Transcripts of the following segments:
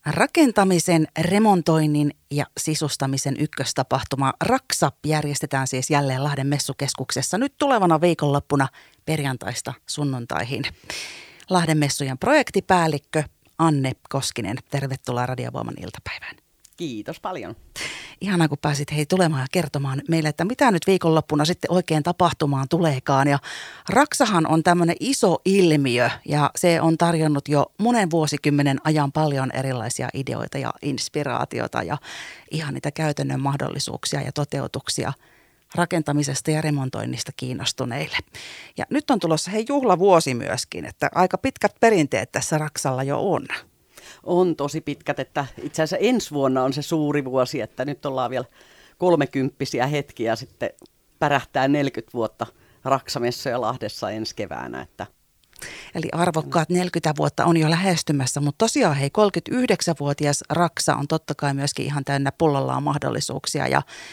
Rakentamisen, remontoinnin ja sisustamisen ykköstapahtuma Raksa järjestetään siis jälleen Lahden messukeskuksessa nyt tulevana viikonloppuna perjantaista sunnuntaihin. Lahden messujen projektipäällikkö Anne Koskinen, tervetuloa Radiovoiman iltapäivään. Kiitos paljon. Ihanaa, kun pääsit tulemaan ja kertomaan meille, että mitä nyt viikonloppuna sitten oikein tapahtumaan tuleekaan. Ja Raksahan on tämmöinen iso ilmiö ja se on tarjonnut jo monen vuosikymmenen ajan paljon erilaisia ideoita ja inspiraatiota ja ihan niitä käytännön mahdollisuuksia ja toteutuksia rakentamisesta ja remontoinnista kiinnostuneille. Ja nyt on tulossa juhlavuosi myöskin, että aika pitkät perinteet tässä Raksalla jo on. On tosi pitkät, että itse asiassa ensi vuonna on se suuri vuosi, että nyt ollaan vielä 30-vuotiaita hetkiä sitten pärähtää 40 vuotta Raksamessuja Lahdessa ensi keväänä. Että. Eli arvokkaat 40 vuotta on jo lähestymässä, mutta tosiaan 39-vuotias Raksa on totta kai myöskin ihan täynnä pullollaan mahdollisuuksia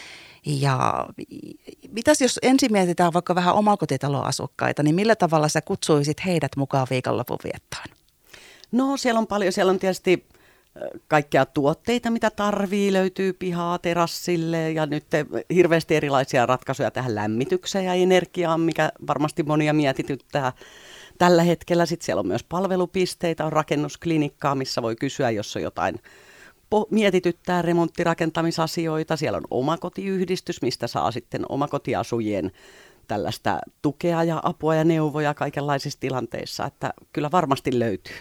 ja mitäs jos ensin mietitään vaikka vähän omakotitaloasukkaita, niin millä tavalla sä kutsuisit heidät mukaan viikonlopun viettoon? No siellä on paljon, siellä on tietysti kaikkia tuotteita, mitä tarvii, löytyy pihaa terassille ja nyt hirveästi erilaisia ratkaisuja tähän lämmitykseen ja energiaan, mikä varmasti monia mietityttää tällä hetkellä. Sitten siellä on myös palvelupisteitä, on rakennusklinikkaa, missä voi kysyä, jos on jotain mietityttää remonttirakentamisasioita. Siellä on omakotiyhdistys, mistä saa sitten omakotiasujien tällaista tukea ja apua ja neuvoja kaikenlaisissa tilanteissa, että kyllä varmasti löytyy.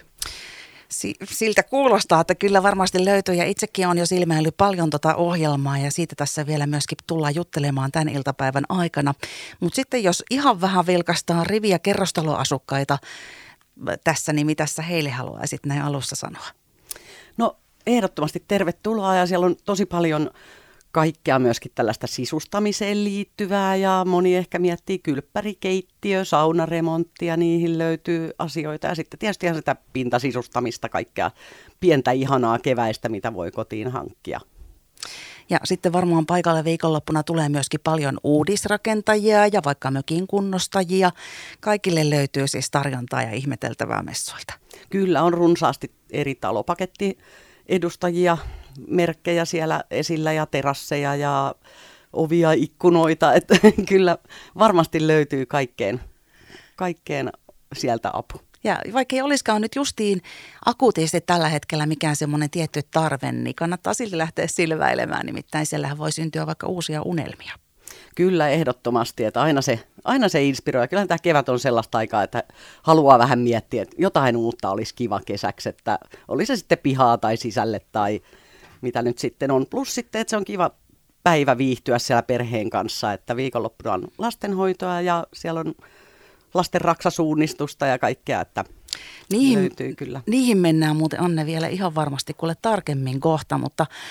Siltä kuulostaa, että kyllä varmasti löytyy ja itsekin on jo silmäillyt paljon ohjelmaa ja siitä tässä vielä myöskin tullaan juttelemaan tämän iltapäivän aikana. Mutta sitten jos ihan vähän vilkaistaan riviä kerrostaloasukkaita tässä, niin mitä sä heille haluaisit näin alussa sanoa? No ehdottomasti tervetuloa ja siellä on tosi paljon kaikkea myöskin tällaista sisustamiseen liittyvää ja moni ehkä miettii kylppärikeittiö, saunaremonttia, niihin löytyy asioita ja sitten tietysti ihan sitä pintasisustamista, kaikkea pientä ihanaa keväistä, mitä voi kotiin hankkia. Ja sitten varmaan paikalle viikonloppuna tulee myöskin paljon uudisrakentajia ja vaikka mökin kunnostajia. Kaikille löytyy siis tarjontaa ja ihmeteltävää messuilta. Kyllä on runsaasti eri talopakettiedustajia, merkkejä siellä esillä ja terasseja ja ovia, ikkunoita, että kyllä varmasti löytyy kaikkeen sieltä apu. Ja vaikka ei olisikaan nyt justiin akuutisti tällä hetkellä mikään semmoinen tietty tarve, niin kannattaa silti lähteä silväilemään, nimittäin siellähän voi syntyä vaikka uusia unelmia. Kyllä ehdottomasti, että aina se inspiroi. Kyllä tämä kevät on sellaista aikaa, että haluaa vähän miettiä, että jotain uutta olisi kiva kesäksi, että oli se sitten pihaa tai sisälle tai mitä nyt sitten on. Plus sitten, että se on kiva päivä viihtyä siellä perheen kanssa, että viikonloppuna on lastenhoitoa ja siellä on lasten raksasuunnistusta ja kaikkea, että löytyy kyllä. Niihin mennään muuten Anne vielä ihan varmasti kuule tarkemmin kohta,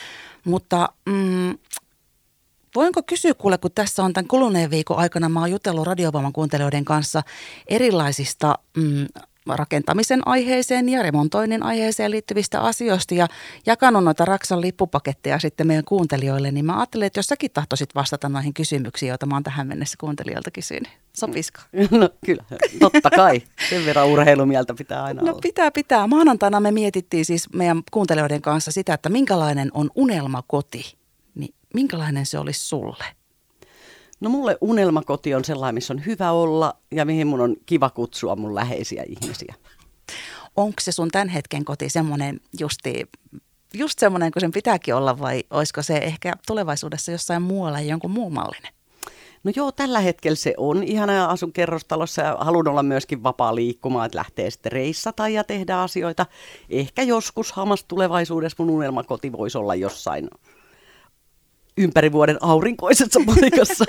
mutta voinko kysyä kuule, kun tässä on tämän kuluneen viikon aikana, mä oon jutellut Radiovoiman kuuntelijoiden kanssa erilaisista rakentamisen aiheeseen ja remontoinnin aiheeseen liittyvistä asioista ja jakanut noita Raksan lippupaketteja sitten meidän kuuntelijoille, niin mä ajattelin, että jos säkin tahtoisit vastata noihin kysymyksiin, joita mä oon tähän mennessä kuuntelijoilta kysynyt. Sopisiko? No kyllä, totta kai. Sen verran urheilumieltä pitää aina olla. No pitää. Maanantaina me mietittiin siis meidän kuuntelijoiden kanssa sitä, että minkälainen on unelmakoti, niin minkälainen se olisi sulle? No mulle unelmakoti on sellainen, missä on hyvä olla ja mihin mun on kiva kutsua mun läheisiä ihmisiä. Onko se sun tämän hetken koti semmoinen just semmoinen kuin sen pitääkin olla vai olisiko se ehkä tulevaisuudessa jossain muualla jonkun muun mallinen? No joo, tällä hetkellä se on ihana ja asun kerrostalossa ja haluan olla myöskin vapaa liikkumaan, että lähtee sitten reissata ja tehdä asioita. Ehkä joskus hamassa tulevaisuudessa mun unelmakoti voisi olla jossain ympäri vuoden aurinkoisessa paikassa.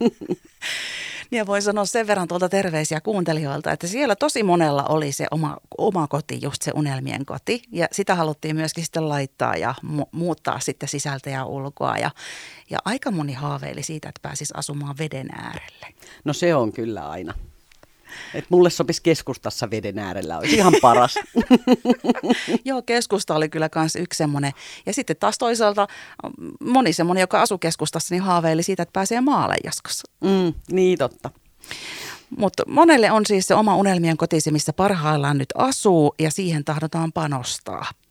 Ja voi sanoa sen verran tuolta terveisiä kuuntelijoilta, että siellä tosi monella oli se oma koti, just se unelmien koti. Ja sitä haluttiin myöskin sitten laittaa ja muuttaa sitten sisältä ja ulkoa. Ja aika moni haaveili siitä, että pääsisi asumaan veden äärelle. No se on kyllä aina. Että mulle sopisi keskustassa veden äärellä, olisi ihan paras. Joo, keskusta oli kyllä kans yksi semmoinen. Ja sitten taas toisaalta moni semmoinen, joka asui keskustassa, niin haaveili siitä, että pääsee maalle joskus. Niin totta. Mutta monelle on siis se oma unelmien koti, missä parhaillaan nyt asuu ja siihen tahdotaan panostaa.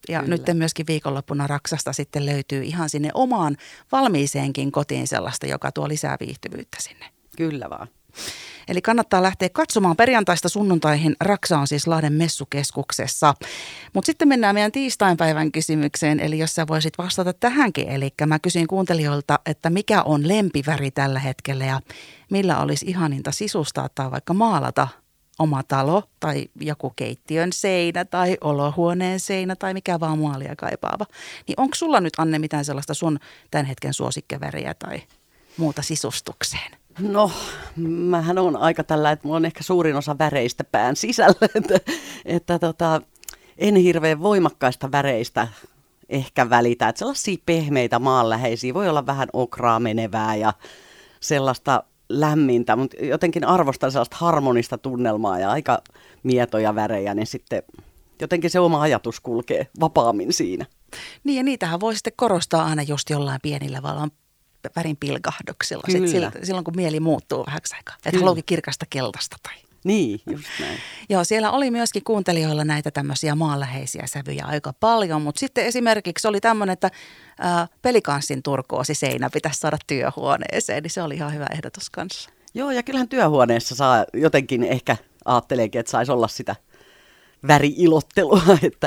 Ja Kyllä. nyt myöskin viikonloppuna Raksasta sitten löytyy ihan sinne omaan valmiiseenkin kotiin sellaista, joka tuo lisää viihtyvyyttä sinne. Kyllä vaan. Eli kannattaa lähteä katsomaan perjantaista sunnuntaihin. Raksa on siis Lahden messukeskuksessa. Mutta sitten mennään meidän tiistainpäivän kysymykseen, eli jos sä voisit vastata tähänkin. Eli mä kysyin kuuntelijoilta, että mikä on lempiväri tällä hetkellä ja millä olisi ihaninta sisustaa tai vaikka maalata oma talo tai joku keittiön seinä tai olohuoneen seinä tai mikä vaan maalia kaipaava. Niin onko sulla nyt, Anne, mitään sellaista sun tämän hetken suosikkiväriä tai muuta sisustukseen? No, mähän on aika tällä, että mulla on ehkä suurin osa väreistä pään sisällä, että en hirveän voimakkaista väreistä ehkä välitä. Että sellaisia pehmeitä maanläheisiä, voi olla vähän okraa menevää ja sellaista lämmintä, mutta jotenkin arvostan sellaista harmonista tunnelmaa ja aika mietoja värejä, niin sitten jotenkin se oma ajatus kulkee vapaammin siinä. Niin ja niitähän voi sitten korostaa aina just jollain pienillä valon värin pilkahduksilla, silloin kun mieli muuttuu vähäksi aikaa. Että haluakin kirkasta keltaista tai... Niin, just näin. Joo, siellä oli myöskin kuuntelijoilla näitä tämmöisiä maanläheisiä sävyjä aika paljon, mutta sitten esimerkiksi oli tämmöinen, että pelikanssin turkoosiseinä pitäisi saada työhuoneeseen, niin se oli ihan hyvä ehdotus kanssa. Joo, ja kyllähän työhuoneessa saa jotenkin ehkä ajatteleekin, että saisi olla sitä väriilottelua, että...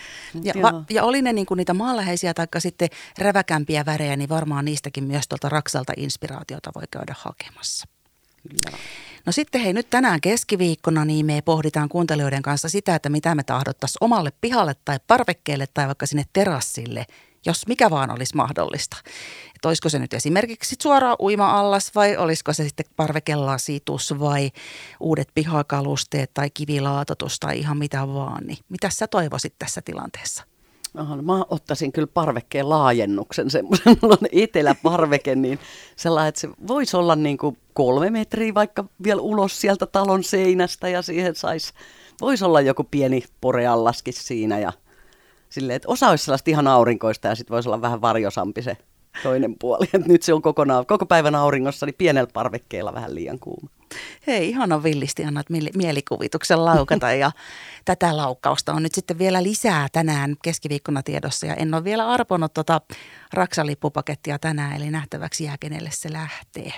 Ja oli ne niinku niitä maanläheisiä tai sitten räväkämpiä värejä, niin varmaan niistäkin myös tuolta Raksalta inspiraatiota voi käydä hakemassa. Kyllä. No sitten hei, nyt tänään keskiviikkona niin me pohditaan kuuntelijoiden kanssa sitä, että mitä me tahdottaisiin omalle pihalle tai parvekkeelle tai vaikka sinne terassille, jos mikä vaan olisi mahdollista. Että olisiko se nyt esimerkiksi suoraan uima-allas vai olisiko se sitten parvekelasitus vai uudet pihakalusteet tai kivilaatotus tai ihan mitä vaan. Niin mitä sä toivoisit tässä tilanteessa? Mä ottaisin kyllä parvekkeen laajennuksen, semmoisen, mulla on eteläparveke, niin sellainen, että se voisi olla niin kuin 3 metriä vaikka vielä ulos sieltä talon seinästä ja siihen voisi olla joku pieni poreallaskin siinä ja silleen, että osa olisi sellaista ihan aurinkoista ja sitten voisi olla vähän varjosampi se toinen puoli. Et nyt se on koko päivän auringossa, niin pienellä parvekkeella vähän liian kuuma. Hei, ihana villisti annat mielikuvituksen laukata ja tätä laukkausta on nyt sitten vielä lisää tänään keskiviikkona tiedossa ja en ole vielä arponut Raksa-lippupakettia tänään, eli nähtäväksi jää kenelle se lähtee.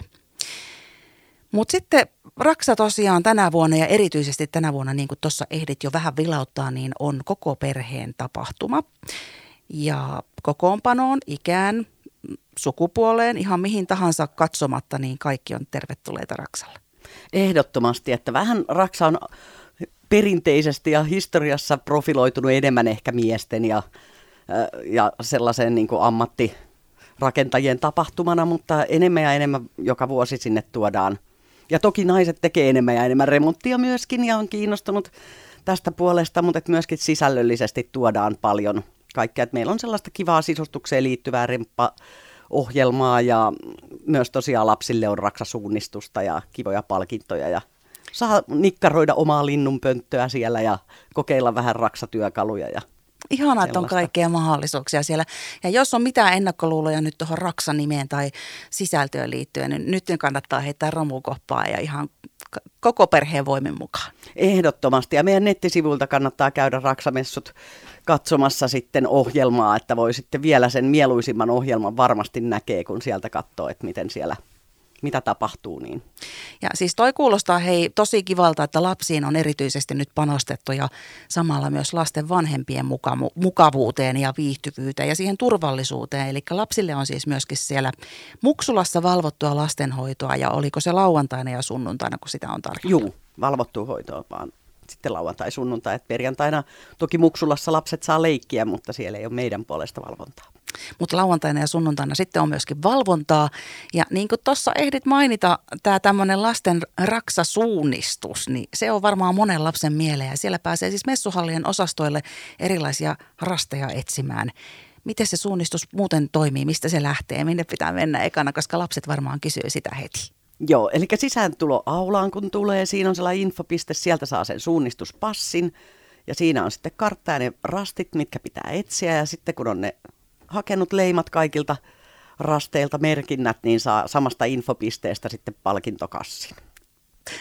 Mutta sitten Raksa tosiaan tänä vuonna ja erityisesti tänä vuonna, niin kuin tuossa ehdit jo vähän vilauttaa, niin on koko perheen tapahtuma ja kokoonpanoon, ikään, sukupuoleen, ihan mihin tahansa katsomatta, niin kaikki on tervetulleita Raksalle. Ehdottomasti, että vähän Raksa on perinteisesti ja historiassa profiloitunut enemmän ehkä miesten ja sellaisen niin kuin ammattirakentajien tapahtumana, mutta enemmän ja enemmän joka vuosi sinne tuodaan. Ja toki naiset tekee enemmän ja enemmän remonttia myöskin ja on kiinnostunut tästä puolesta, mutta myöskin sisällöllisesti tuodaan paljon kaikkea. Että meillä on sellaista kivaa sisustukseen liittyvää remppaohjelmaa ja myös tosiaan lapsille on Raksa-suunnistusta ja kivoja palkintoja ja saa nikkaroida omaa linnunpönttöä siellä ja kokeilla vähän Raksa-työkaluja ja ihanaa, että on kaikkea mahdollisuuksia siellä. Ja jos on mitään ennakkoluuloja nyt tuohon Raksa-nimeen tai sisältöön liittyen, niin nyt kannattaa heittää romukoppaa ja ihan koko perheen voimin mukaan. Ehdottomasti. Ja meidän nettisivuilta kannattaa käydä Raksamessut katsomassa sitten ohjelmaa, että voi sitten vielä sen mieluisimman ohjelman varmasti näkee, kun sieltä katsoo, että miten siellä mitä tapahtuu. Niin. Ja siis toi kuulostaa hei tosi kivalta, että lapsiin on erityisesti nyt panostettu ja samalla myös lasten vanhempien mukavuuteen ja viihtyvyyteen ja siihen turvallisuuteen. Eli lapsille on siis myöskin siellä Muksulassa valvottua lastenhoitoa ja oliko se lauantaina ja sunnuntaina, kun sitä on tarjolla? Joo, valvottua hoitoa vaan sitten lauantai, sunnuntai. Et perjantaina toki Muksulassa lapset saa leikkiä, mutta siellä ei ole meidän puolesta valvontaa. Mutta lauantaina ja sunnuntaina sitten on myöskin valvontaa. Ja niin kuin tuossa ehdit mainita, tämä tämmöinen lasten Raksa-suunnistus, niin se on varmaan monen lapsen mieleen. Ja siellä pääsee siis messuhallien osastoille erilaisia rasteja etsimään. Miten se suunnistus muuten toimii, mistä se lähtee, minne pitää mennä ekana, koska lapset varmaan kysyy sitä heti. Joo, eli sisääntulo aulaan kun tulee, siinä on sellainen infopiste, sieltä saa sen suunnistuspassin. Ja siinä on sitten kartta ja ne rastit, mitkä pitää etsiä ja sitten kun on ne hakenut leimat kaikilta rasteilta merkinnät, niin saa samasta infopisteestä sitten palkintokassin.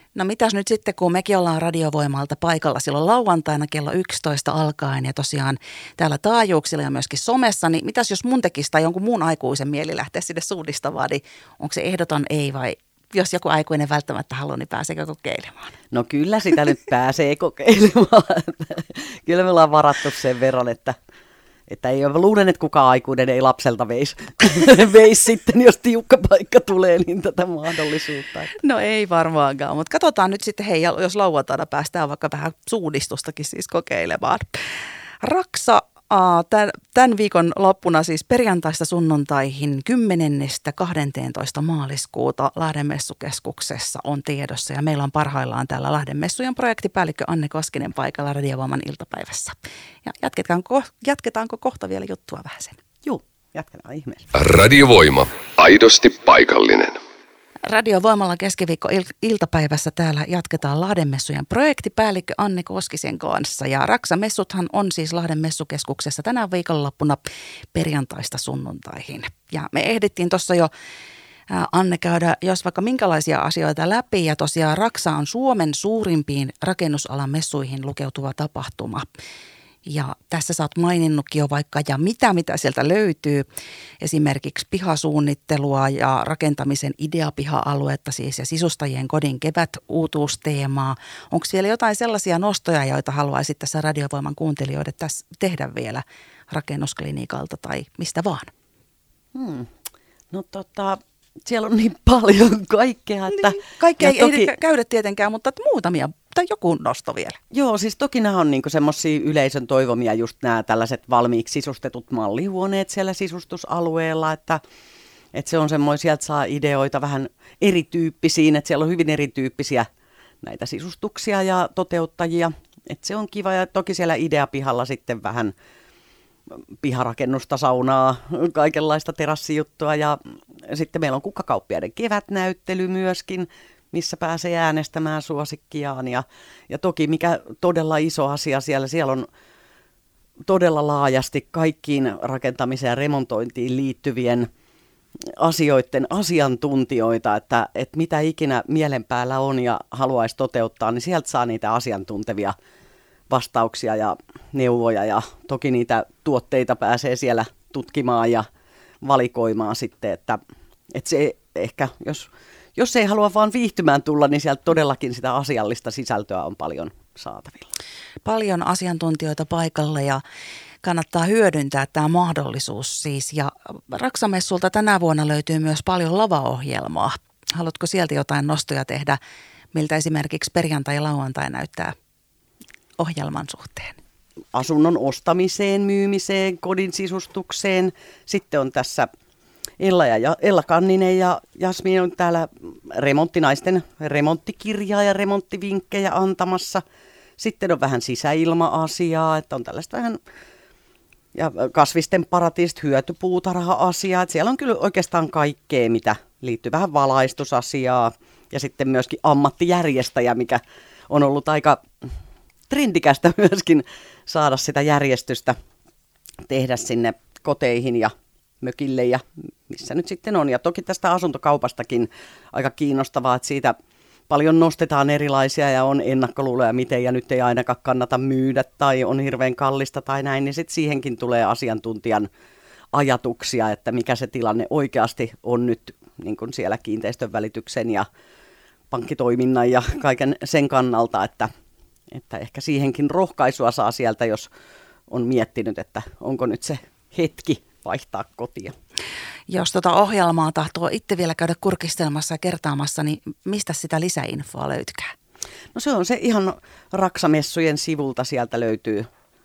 No mitäs nyt sitten, kun mekin ollaan Radiovoimalta paikalla silloin lauantaina kello 11 alkaen ja tosiaan täällä taajuuksilla ja myöskin somessa, niin mitäs jos mun tekisi tai jonkun muun aikuisen mieli lähteä sinne suunnistamaan, niin onko se ehdoton ei vai jos joku aikuinen välttämättä haluaa, niin pääseekö kokeilemaan? No kyllä sitä nyt pääsee kokeilemaan. Kyllä me ollaan varattu sen verran, että ei ole, luulen, että kukaan aikuinen ei lapselta veisi sitten, jos tiukka paikka tulee, niin tätä mahdollisuutta. No ei varmaankaan, mutta katsotaan nyt sitten, hei, jos lauantaina päästään vaikka vähän suunnistustakin siis kokeilemaan. Raksa, tämän viikon loppuna siis perjantaista sunnuntaihin 10.–12. maaliskuuta Lahden messukeskuksessa on tiedossa ja meillä on parhaillaan täällä Lahden messujen projektipäällikkö Anne Koskinen paikalla Radiovoiman iltapäivässä. Ja jatketaanko kohta vielä juttua vähän sen? Joo, jatketaan ihmeessä. Radiovoima, aidosti paikallinen. Radiovoimalla keskiviikko-iltapäivässä täällä jatketaan Lahden messujen projektipäällikkö Anne Koskisen kanssa. Ja Raksa-messuthan on siis Lahden messukeskuksessa tänä viikonloppuna perjantaista sunnuntaihin. Ja me ehdittiin tuossa jo, Anne, käydä jos vaikka minkälaisia asioita läpi. Ja tosiaan Raksa on Suomen suurimpiin rakennusalan messuihin lukeutuva tapahtuma. Ja tässä sä oot maininnutkin jo vaikka ja mitä sieltä löytyy. Esimerkiksi pihasuunnittelua ja rakentamisen ideapiha-aluetta siis ja sisustajien kodin kevät-uutuusteemaa. Onko vielä jotain sellaisia nostoja, joita haluaisit tässä Radiovoiman kuuntelijoille tässä tehdä vielä rakennusklinikalta tai mistä vaan? No siellä on niin paljon kaikkea. Että, niin, kaikkea ei käydä tietenkään, mutta muutamia tai joku nosto vielä. Joo, siis toki nämä on niinku semmoisia yleisön toivomia just nämä tällaiset valmiiksi sisustetut mallihuoneet siellä sisustusalueella, että se on semmoinen, sieltä saa ideoita vähän erityyppisiin, että siellä on hyvin erityyppisiä näitä sisustuksia ja toteuttajia, että se on kiva ja toki siellä ideapihalla sitten vähän piharakennusta, saunaa, kaikenlaista terassijuttua ja sitten meillä on kukkakauppiaiden kevätnäyttely myöskin, missä pääsee äänestämään suosikkiaan ja toki mikä todella iso asia siellä on todella laajasti kaikkiin rakentamiseen ja remontointiin liittyvien asioiden asiantuntijoita, että mitä ikinä mielen päällä on ja haluaisi toteuttaa, niin sieltä saa niitä asiantuntevia vastauksia ja neuvoja ja toki niitä tuotteita pääsee siellä tutkimaan ja valikoimaan sitten, että se ehkä, jos ei halua vaan viihtymään tulla, niin sieltä todellakin sitä asiallista sisältöä on paljon saatavilla. Paljon asiantuntijoita paikalla ja kannattaa hyödyntää tämä mahdollisuus siis. Ja Raksamessulta tänä vuonna löytyy myös paljon lavaohjelmaa. Haluatko sieltä jotain nostoja tehdä, miltä esimerkiksi perjantai ja lauantai näyttää ohjelman suhteen? Asunnon ostamiseen, myymiseen, kodin sisustukseen. Sitten on tässä Ella Kanninen ja Jasmin on täällä remonttinaisten remonttikirjaa ja remonttivinkkejä antamassa. Sitten on vähän sisäilma-asiaa, että on tällaista vähän ja kasvisten paratiisit, hyötypuutarha-asiaa. Että siellä on kyllä oikeastaan kaikkea, mitä liittyy vähän valaistusasiaa ja sitten myöskin ammattijärjestäjä, mikä on ollut aika trendikästä myöskin saada sitä järjestystä tehdä sinne koteihin ja mökille ja missä nyt sitten on. Ja toki tästä asuntokaupastakin aika kiinnostavaa, että siitä paljon nostetaan erilaisia ja on ennakkoluuloja miten ja nyt ei ainakaan kannata myydä tai on hirveän kallista tai näin, niin sitten siihenkin tulee asiantuntijan ajatuksia, että mikä se tilanne oikeasti on nyt niin kuin siellä kiinteistön välityksen ja pankkitoiminnan ja kaiken sen kannalta, että ehkä siihenkin rohkaisua saa sieltä, jos on miettinyt, että onko nyt se hetki vaihtaa kotia. Jos tuota ohjelmaa tahtoo itse vielä käydä kurkistelmassa ja kertaamassa, niin mistä sitä lisäinfoa löytykää? No se on se ihan Raksamessujen sivulta sieltä löytyy.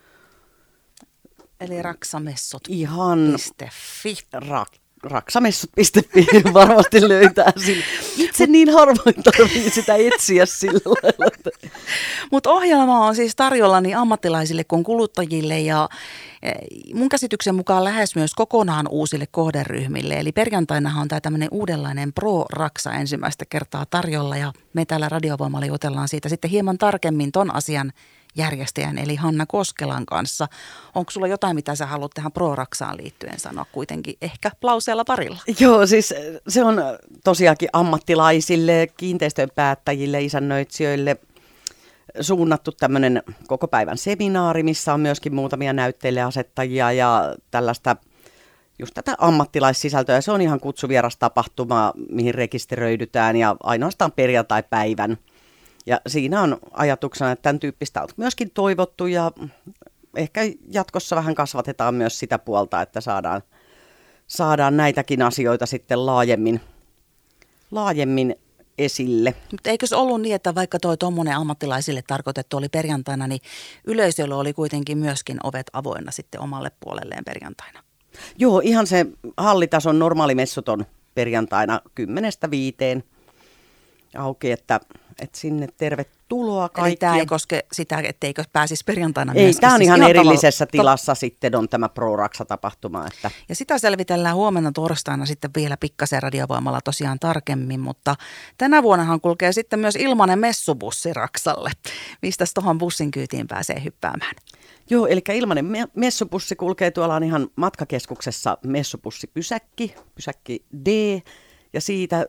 Eli raksamessut. Ihan .fi. Raksamessut.fi varmasti löytää sille. Itse niin harvoin tarvii sitä etsiä sillä lailla. Mutta ohjelma on siis tarjolla niin ammattilaisille kuin kuluttajille ja mun käsityksen mukaan lähes myös kokonaan uusille kohderyhmille. Eli perjantainahan on tämä tämmöinen uudenlainen Pro-Raksa ensimmäistä kertaa tarjolla ja me täällä Radiovoimalla jutellaan siitä sitten hieman tarkemmin ton asian järjestäjän eli Hanna Koskelan kanssa. Onko sulla jotain, mitä sä haluat tähän ProRaksaan liittyen sanoa kuitenkin ehkä lauseella parilla? Joo, siis se on tosiaankin ammattilaisille, kiinteistön päättäjille, isännöitsijöille suunnattu tämmöinen koko päivän seminaari, missä on myöskin muutamia näyttelijäasettajia ja tällaista just tätä ammattilaissisältöä. Se on ihan kutsuvieras tapahtuma, mihin rekisteröidytään ja ainoastaan perjantai-päivän. Ja siinä on ajatuksena, että tämän tyyppistä on myöskin toivottu ja ehkä jatkossa vähän kasvatetaan myös sitä puolta, että saadaan näitäkin asioita sitten laajemmin esille. Mutta eikö se ollut niin, että vaikka toi tuommoinen ammattilaisille tarkoitettu oli perjantaina, niin yleisöllä oli kuitenkin myöskin ovet avoinna sitten omalle puolelleen perjantaina? Joo, ihan se hallitason normaali messut on perjantaina 10-5 auki, että sinne tervetuloa kaikkia. Eli tämä ei koske sitä, etteikö pääsisi perjantaina Ei, myöskin. tämä on siis ihan erillisessä tilassa sitten on tämä ProRaksa-tapahtuma. Että. Ja sitä selvitellään huomenna torstaina sitten vielä pikkasen Radiovoimalla tosiaan tarkemmin, mutta tänä vuonnahan kulkee sitten myös ilmainen messubussi Raksalle. Mistäs tuohon bussin kyytiin pääsee hyppäämään? Joo, eli ilmainen messubussi kulkee tuolla on ihan matkakeskuksessa messubussipysäkki D. Ja siitä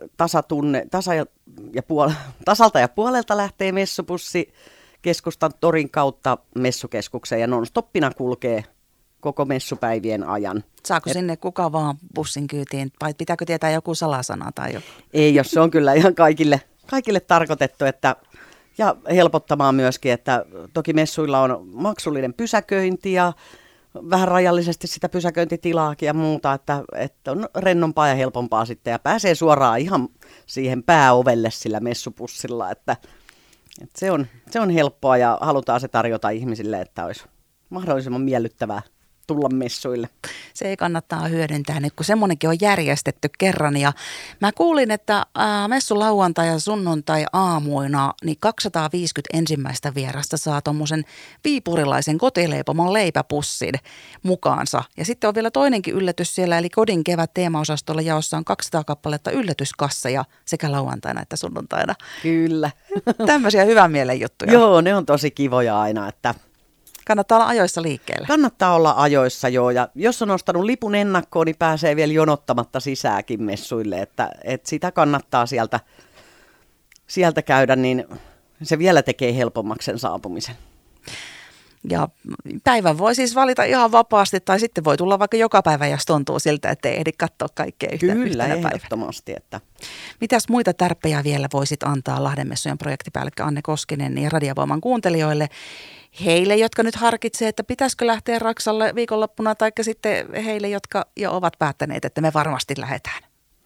tasalta ja puolelta lähtee messubussi keskustan torin kautta messukeskukseen ja non-stoppina kulkee koko messupäivien ajan. Saako sinne kuka vaan bussin kyytiin vai pitääkö tietää joku salasana tai joku? Ei, jos se on kyllä ihan kaikille tarkoitettu, että ja helpottamaan myöskin, että toki messuilla on maksullinen pysäköinti ja vähän rajallisesti sitä pysäköintitilaakin ja muuta, että on rennompaa ja helpompaa sitten ja pääsee suoraan ihan siihen pääovelle sillä messupussilla, että se on helppoa ja halutaan se tarjota ihmisille, että olisi mahdollisimman miellyttävää tulla messuille. Se ei kannattaa hyödyntää nyt, kun semmoinenkin on järjestetty kerran. Ja mä kuulin, että messu lauantai ja sunnuntai aamuina niin 250 ensimmäistä vierasta saa tommosen viipurilaisen kotileipomon leipäpussin mukaansa. Ja sitten on vielä toinenkin yllätys siellä, eli Kodin kevät teemaosastolla jaossa on 200 kappaletta yllätyskasseja sekä lauantaina että sunnuntaina. Kyllä. Tämmöisiä hyvän mielen juttuja. Joo, ne on tosi kivoja aina, että kannattaa olla ajoissa liikkeellä. Kannattaa olla ajoissa, joo. Ja jos on ostanut lipun ennakkoon, niin pääsee vielä jonottamatta sisääkin messuille. Että sitä kannattaa sieltä käydä, niin se vielä tekee helpommaksi sen saapumisen. Ja päivän voi siis valita ihan vapaasti, tai sitten voi tulla vaikka joka päivä, jos tuntuu siltä, ettei ehdi katsoa kaikkea yhtenä päivänä. Ehdottomasti. Että. Mitäs muita tärppejä vielä voisit antaa Lahden messujen projektipäällikkö Anne Koskinen ja Radiovoiman kuuntelijoille? Heille, jotka nyt harkitsee, että pitäisikö lähteä Raksalle viikonloppuna, tai sitten heille, jotka jo ovat päättäneet, että me varmasti lähdetään?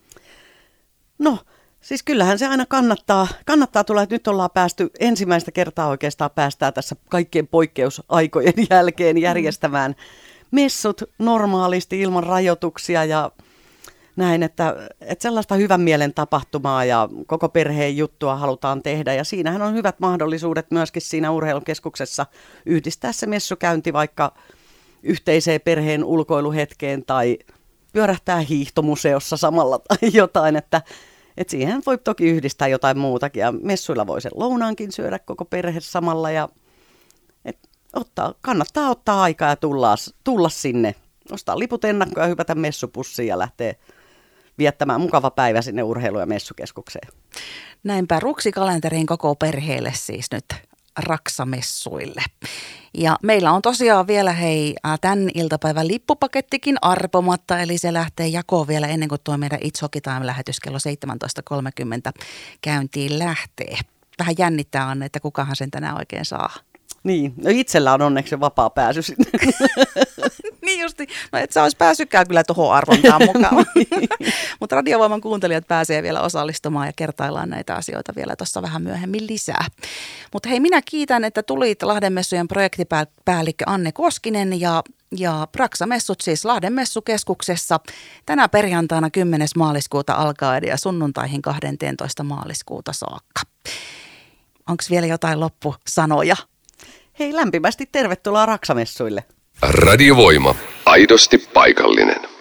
No, siis kyllähän se aina kannattaa tulla, että nyt ollaan päästy ensimmäistä kertaa oikeastaan päästään tässä kaikkien poikkeusaikojen jälkeen järjestämään messut normaalisti ilman rajoituksia ja näin, että sellaista hyvän mielen tapahtumaa ja koko perheen juttua halutaan tehdä ja siinähän on hyvät mahdollisuudet myöskin siinä urheilukeskuksessa yhdistää se messukäynti vaikka yhteiseen perheen ulkoiluhetkeen tai pyörähtää hiihtomuseossa samalla tai jotain, että siihen voi toki yhdistää jotain muutakin ja messuilla voi sen lounaankin syödä koko perhe samalla ja kannattaa ottaa aikaa ja tulla sinne, ostaa liput ennakkoon ja hypätä messupussiin ja lähteä viettämään mukava päivä sinne urheilu- ja messukeskukseen. Näinpä ruksikalenteriin koko perheelle siis nyt Raksamessuille. Ja meillä on tosiaan vielä tämän iltapäivän lippupakettikin arpomatta, eli se lähtee jakoon vielä ennen kuin tuo meidän It's Hockey Time-lähetys kello 17.30 käyntiin lähtee. Vähän jännittää, Anne, että kukahan sen tänään oikein saa. Niin, no itsellä on onneksi vapaa pääsy sinne. Niin justi. No et sä olisi päässytkään kyllä tuohon arvontaan mukaan. Mutta Radiovoiman kuuntelijat pääsee vielä osallistumaan ja kertaillaan näitä asioita vielä tuossa vähän myöhemmin lisää. Mutta hei, minä kiitän, että tulit Lahden messujen projektipäällikkö Anne Koskinen ja Raksamessut siis Lahden messukeskuksessa tänä perjantaina 10. maaliskuuta alkaen ja sunnuntaihin 12. maaliskuuta saakka. Onko vielä jotain loppusanoja? Hei, lämpimästi tervetuloa Raksamessuille. Radiovoima. Aidosti paikallinen.